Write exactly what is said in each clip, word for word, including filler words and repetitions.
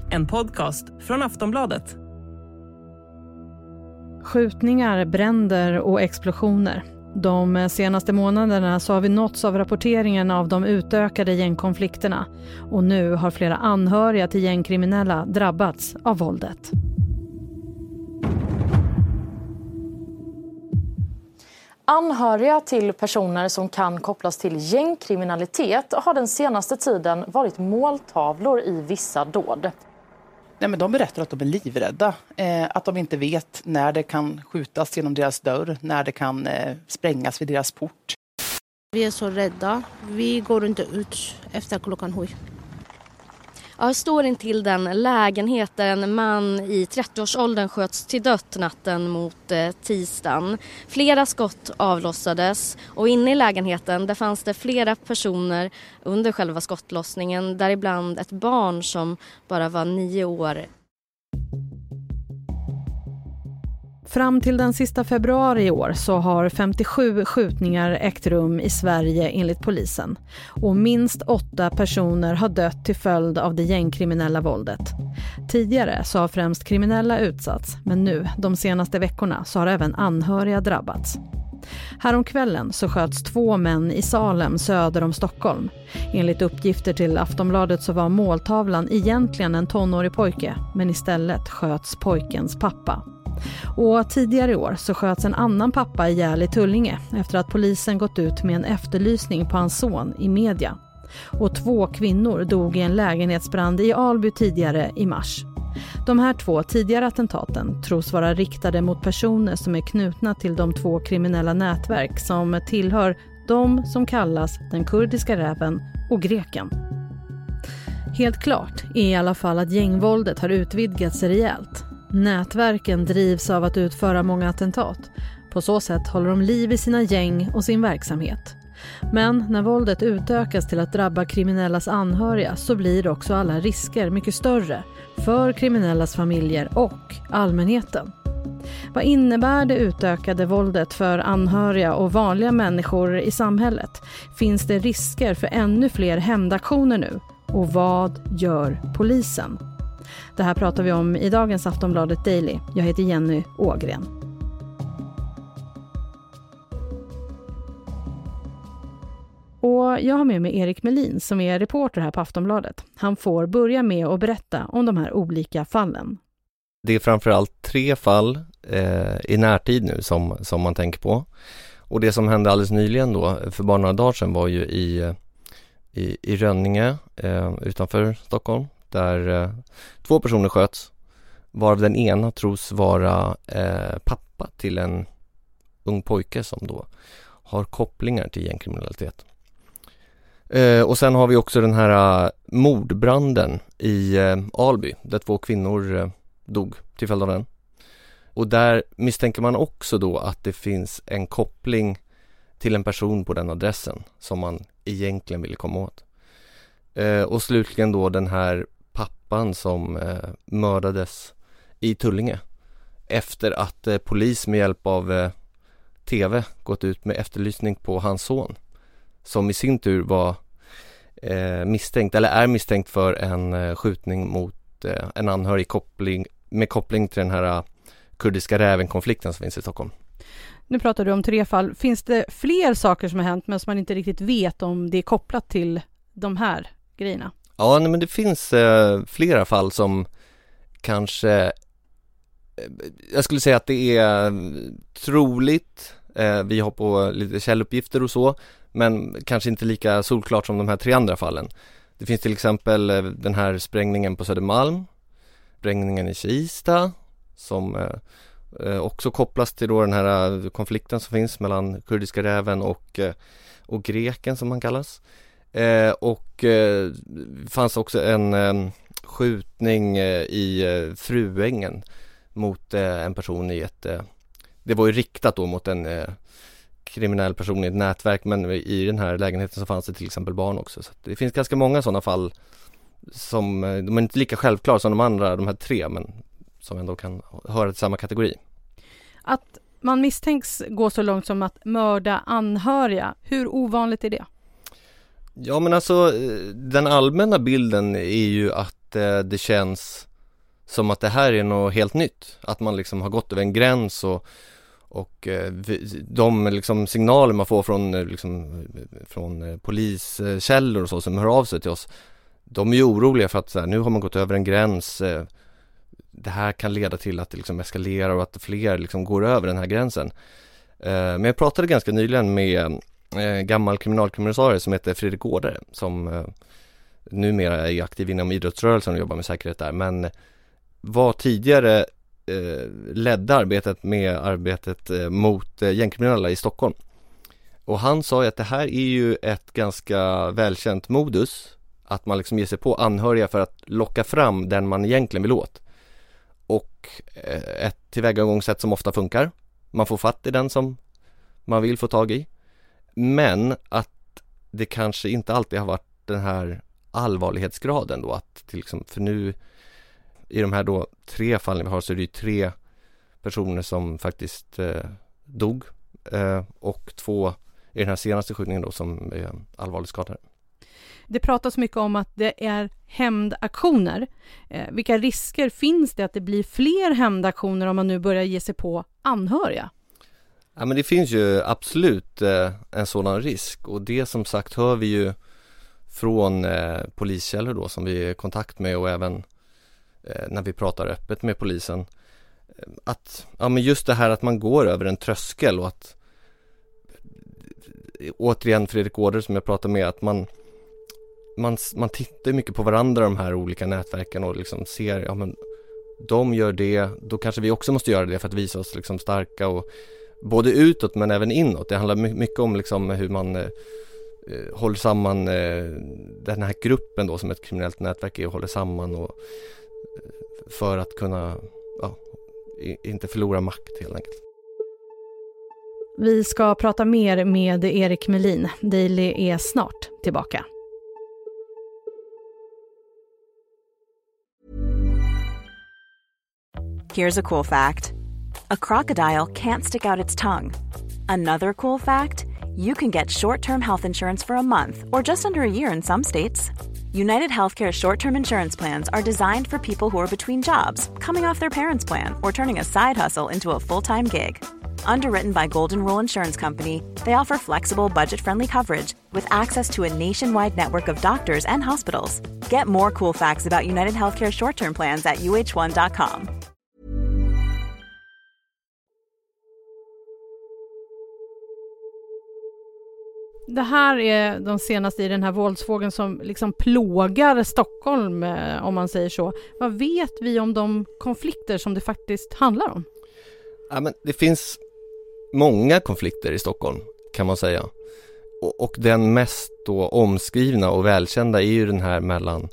En podcast från Aftonbladet. Skjutningar, bränder och explosioner. De senaste månaderna så har vi nåtts av rapporteringen av de utökade gängkonflikterna. Och nu har flera anhöriga till gängkriminella drabbats av våldet. Anhöriga till personer som kan kopplas till gängkriminalitet har den senaste tiden varit måltavlor i vissa dåd. Nej, men de berättar att de är livrädda, eh, att de inte vet när det kan skjutas genom deras dörr, när det kan eh, sprängas vid deras port. Vi är så rädda, vi går inte ut efter klockan sju. Jag står in till den lägenhet där en man i trettioårsåldern sköts till dött natten mot eh, tisdagen. Flera skott avlossades och inne i lägenheten där fanns det flera personer under själva skottlossningen. Däribland ett barn som bara var nio år. Fram till den sista februari i år så har femtiosju skjutningar ägt rum i Sverige enligt polisen. Och minst åtta personer har dött till följd av det gängkriminella våldet. Tidigare så har främst kriminella utsatts, men nu, de senaste veckorna, så har även anhöriga drabbats. Häromkvällen så sköts två män i Salem söder om Stockholm. Enligt uppgifter till Aftonbladet så var måltavlan egentligen en tonårig pojke, men istället sköts pojkens pappa. Och tidigare i år så sköts en annan pappa ihjäl i Tullinge efter att polisen gått ut med en efterlysning på hans son i media. Och två kvinnor dog i en lägenhetsbrand i Alby tidigare i mars. De här två tidigare attentaten tros vara riktade mot personer som är knutna till de två kriminella nätverk som tillhör de som kallas den kurdiska räven och greken. Helt klart är i alla fall att gängvåldet har utvidgats rejält. Nätverken drivs av att utföra många attentat. På så sätt håller de liv i sina gäng och sin verksamhet. Men när våldet utökas till att drabba kriminellas anhöriga så blir också alla risker mycket större för kriminellas familjer och allmänheten. Vad innebär det utökade våldet för anhöriga och vanliga människor i samhället? Finns det risker för ännu fler hämndaktioner nu? Och vad gör polisen? Det här pratar vi om i dagens Aftonbladet Daily. Jag heter Jenny Ågren. Och jag har med mig Erik Melin som är reporter här på Aftonbladet. Han får börja med att berätta om de här olika fallen. Det är framförallt tre fall eh, i närtid nu som, som man tänker på. Och det som hände alldeles nyligen då, för bara några dagar sedan, var ju i, i, i Rönninge eh, utanför Stockholm. Där eh, två personer sköts, varav den ena tros vara eh, pappa till en ung pojke som då har kopplingar till gängkriminalitet. Eh, och sen har vi också den här uh, mordbranden i eh, Alby, där två kvinnor eh, dog till följd av den. Och där misstänker man också då att det finns en koppling till en person på den adressen som man egentligen ville komma åt. Eh, och slutligen då den här pappan som eh, mördades i Tullinge efter att eh, polis med hjälp av eh, tv gått ut med efterlysning på hans son, som i sin tur var eh, misstänkt eller är misstänkt för en eh, skjutning mot eh, en anhörig koppling, med koppling till den här uh, kurdiska räven-konflikten som finns i Stockholm. Nu pratar du om tre fall. Finns det fler saker som har hänt men som man inte riktigt vet om det är kopplat till de här grejerna? Ja, nej, men det finns eh, flera fall som kanske, eh, jag skulle säga att det är troligt, eh, vi har på lite källuppgifter och så, men kanske inte lika solklart som de här tre andra fallen. Det finns till exempel eh, den här sprängningen på Södermalm, sprängningen i Kista, som eh, också kopplas till då den här konflikten som finns mellan kurdiska räven och, eh, och greken som man kallas. Eh, och eh, fanns också en eh, skjutning eh, i eh, Fruängen mot eh, en person i ett, eh, det var ju riktat då mot en eh, kriminell person i ett nätverk, men i den här lägenheten så fanns det till exempel barn också. Så det finns ganska många sådana fall som, de är inte lika självklara som de andra, de här tre, men som ändå kan höra till samma kategori. Att man misstänks gå så långt som att mörda anhöriga, hur ovanligt är det? Ja, men alltså den allmänna bilden är ju att att eh, det känns som att det här är något helt nytt. Att man liksom har gått över en gräns och, och eh, vi, de liksom signaler man får från, eh, liksom, från eh, poliskällor och så som hör av sig till oss, de är ju oroliga för att så här, nu har man gått över en gräns. Eh, det här kan leda till att det liksom eskalerar och att fler liksom går över den här gränsen. Eh, men jag pratade ganska nyligen med eh, gammal kriminalkommissarie som heter Fredrik Gårdare som eh, numera är aktiv inom idrottsrörelsen och jobbar med säkerhet där, men var tidigare eh, ledde arbetet med arbetet eh, mot eh, gängkriminella i Stockholm. Och han sa ju att det här är ju ett ganska välkänt modus, att man liksom ger sig på anhöriga för att locka fram den man egentligen vill åt. Och eh, ett tillvägagångssätt som ofta funkar. Man får fatt i den som man vill få tag i. Men att det kanske inte alltid har varit den här allvarlighetsgraden då, att till liksom, för nu i de här då tre fallen vi har så är det ju tre personer som faktiskt eh, dog eh, och två i den här senaste skjutningen då som är allvarligt skadade. Det pratas mycket om att det är hämndaktioner. Eh, vilka risker finns det att det blir fler hämndaktioner om man nu börjar ge sig på anhöriga? Ja, men det finns ju absolut eh, en sådan risk, och det som sagt hör vi ju från eh, poliskällor då som vi är i kontakt med, och även eh, när vi pratar öppet med polisen, eh, att ja, men just det här att man går över en tröskel, och att återigen Fredrik Gårdare som jag pratar med, att man man, man tittar mycket på varandra, de här olika nätverken, och liksom ser, ja men de gör det, då kanske vi också måste göra det för att visa oss liksom starka, och både utåt men även inåt. Det handlar mycket om liksom hur man eh, håller samman eh, den här gruppen då som ett kriminellt nätverk är, och håller samman och, för att kunna ja, inte förlora makt helt enkelt. Vi ska prata mer med Erik Melin. Daily är snart tillbaka. Here's a cool fact. A crocodile can't stick out its tongue. Another cool fact, you can get short-term health insurance for a month or just under a year in some states. United Healthcare short-term insurance plans are designed for people who are between jobs, coming off their parents' plan, or turning a side hustle into a full-time gig. Underwritten by Golden Rule Insurance Company, they offer flexible, budget-friendly coverage with access to a nationwide network of doctors and hospitals. Get more cool facts about United Healthcare short-term plans at U H one dot com. Det här är de senaste i den här våldsvågen som liksom plågar Stockholm, om man säger så. Vad vet vi om de konflikter som det faktiskt handlar om? Ja, men det finns många konflikter i Stockholm kan man säga. Och, och den mest då omskrivna och välkända är ju den här mellan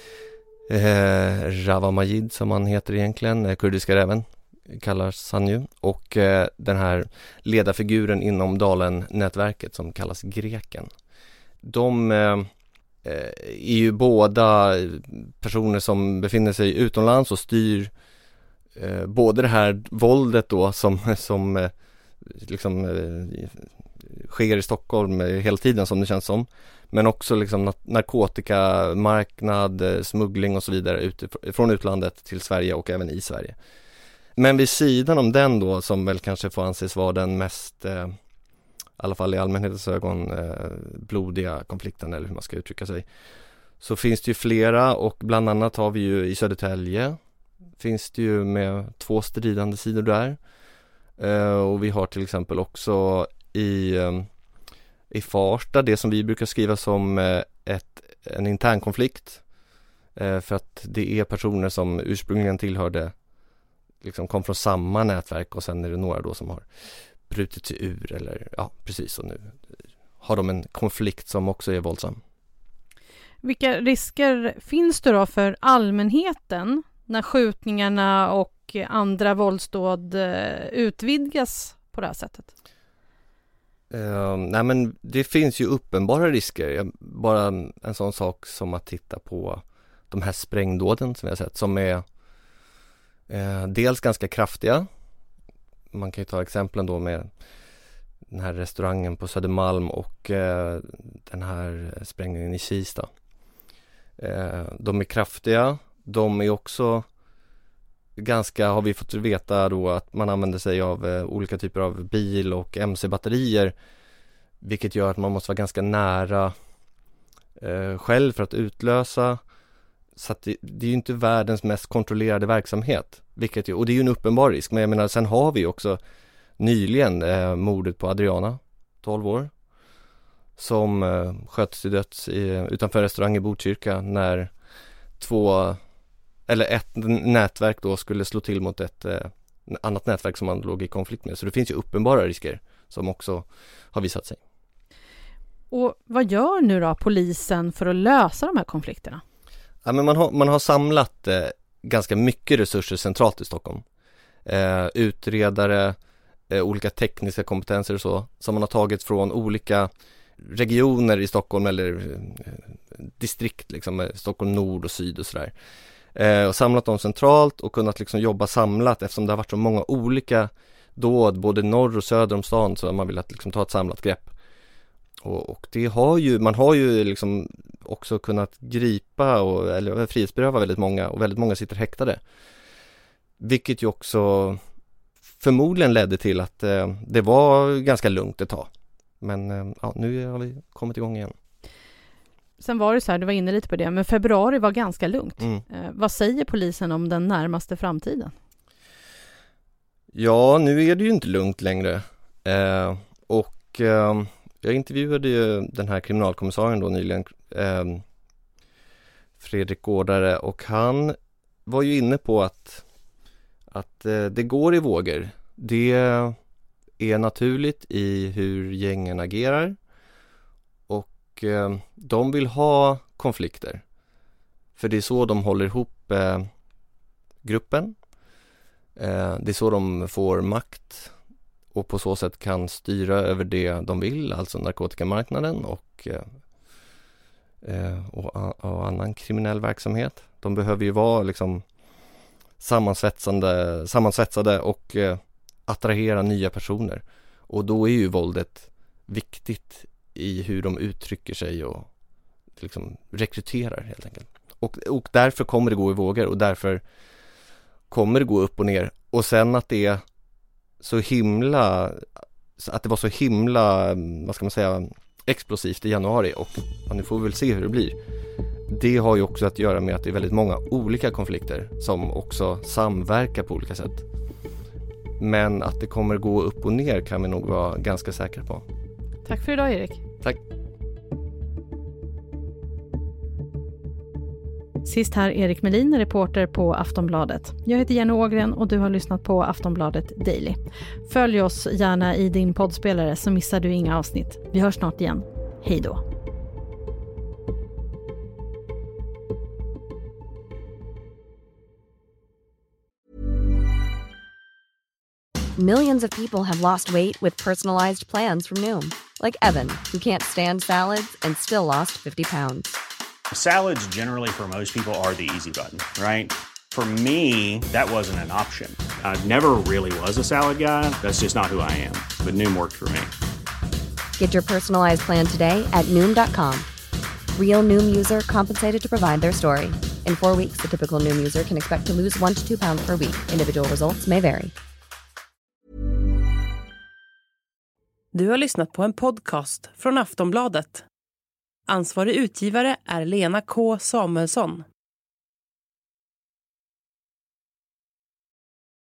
eh, Rawa Majid, som han heter egentligen, kurdiska räven kallas han ju, och eh, den här ledarfiguren inom Dalen-nätverket som kallas Greken. De eh, är ju båda personer som befinner sig utomlands och styr eh, både det här våldet då som, som eh, liksom eh, sker i Stockholm hela tiden som det känns som, men också liksom narkotikamarknad, smuggling och så vidare ut, från utlandet till Sverige och även i Sverige. Men vid sidan om den då, som väl kanske får anses vara den mest, eh, i alla fall i allmänhetens ögon, eh, blodiga konflikten, eller hur man ska uttrycka sig, så finns det ju flera, och bland annat har vi ju i Södertälje, finns det ju med två stridande sidor där. Eh, och vi har till exempel också i, eh, i Farsta det som vi brukar skriva som eh, ett, en intern konflikt. Eh, för att det är personer som ursprungligen tillhörde, liksom kom från samma nätverk, och sen är det några då som har brutit sig ur, eller ja, precis, och nu har de en konflikt som också är våldsam. Vilka risker finns det då för allmänheten när skjutningarna och andra våldsdåd utvidgas på det här sättet? Uh, nej men det finns ju uppenbara risker. Bara en sån sak som att titta på de här sprängdåden som vi har sett, som är Eh, dels ganska kraftiga. Man kan ju ta exemplen då med den här restaurangen på Södermalm och eh, den här sprängningen i Kista. Eh, de är kraftiga, de är också ganska, har vi fått veta då, att man använder sig av eh, olika typer av bil- och mc-batterier, vilket gör att man måste vara ganska nära eh, själv för att utlösa. Så att det, det är ju inte världens mest kontrollerade verksamhet, vilket, och det är ju en uppenbar risk. Men jag menar, sen har vi också nyligen eh, mordet på Adriana, tolv år, som eh, sköts till döds i, utanför restaurang i Botkyrka när två, eller ett nätverk då skulle slå till mot ett eh, annat nätverk som man låg i konflikt med. Så det finns ju uppenbara risker som också har visat sig. Och vad gör nu då polisen för att lösa de här konflikterna? Ja, men man har, man har samlat eh, ganska mycket resurser centralt i Stockholm. Eh, utredare, eh, olika tekniska kompetenser och så, som man har tagit från olika regioner i Stockholm eller eh, distrikt, liksom Stockholm nord och syd och sådär. Eh, och samlat dem centralt och kunnat liksom jobba samlat, eftersom det har varit så många olika dåd, både norr och söder om stan, så man vill att liksom ta ett samlat grepp. Och, och det har ju, man har ju liksom också kunnat gripa och, eller frihetsberöva väldigt många, och väldigt många sitter häktade. Vilket ju också förmodligen ledde till att eh, det var ganska lugnt ett tag. Men eh, ja, nu har vi kommit igång igen. Sen var det så här, du var inne lite på det, men februari var ganska lugnt. Mm. Eh, vad säger polisen om den närmaste framtiden? Ja, nu är det ju inte lugnt längre. Eh, och eh, jag intervjuade ju den här kriminalkommissarien då nyligen, eh, Fredrik Gårdare, och han var ju inne på att, att eh, det går i vågor. Det är naturligt i hur gängen agerar, och eh, de vill ha konflikter. För det är så de håller ihop eh, gruppen. Eh, det är så de får makt och på så sätt kan styra över det de vill, alltså narkotikamarknaden och, eh, och, och annan kriminell verksamhet. De behöver ju vara liksom sammansvetsande, sammansvetsade och eh, attrahera nya personer. Och då är ju våldet viktigt i hur de uttrycker sig och liksom rekryterar helt enkelt. Och, och därför kommer det gå i vågor, och därför kommer det gå upp och ner. Och sen att det är så himla, att det var så himla, vad ska man säga, explosivt i januari, och ja, nu får vi väl se hur det blir. Det har ju också att göra med att det är väldigt många olika konflikter som också samverkar på olika sätt. Men att det kommer gå upp och ner kan vi nog vara ganska säkra på. Tack för idag, Erik. Tack. Sist här Erik Melin, reporter på Aftonbladet. Jag heter Jenny Ågren och du har lyssnat på Aftonbladet Daily. Följ oss gärna i din poddspelare så missar du inga avsnitt. Vi hörs snart igen. Hej då! Millions of people have lost weight with personalized plans from Noom. Like Evan, who can't stand salads and still lost fifty pounds. Salads generally for most people are the easy button, right? For me, that wasn't an option. I never really was a salad guy. That's just not who I am. But Noom worked for me. Get your personalized plan today at Noom dot com. Real Noom user compensated to provide their story. In four weeks, the typical Noom user can expect to lose one to two pounds per week. Individual results may vary. Du har lyssnat på en podcast från Aftonbladet. Ansvarig utgivare är Lena K. Samuelsson.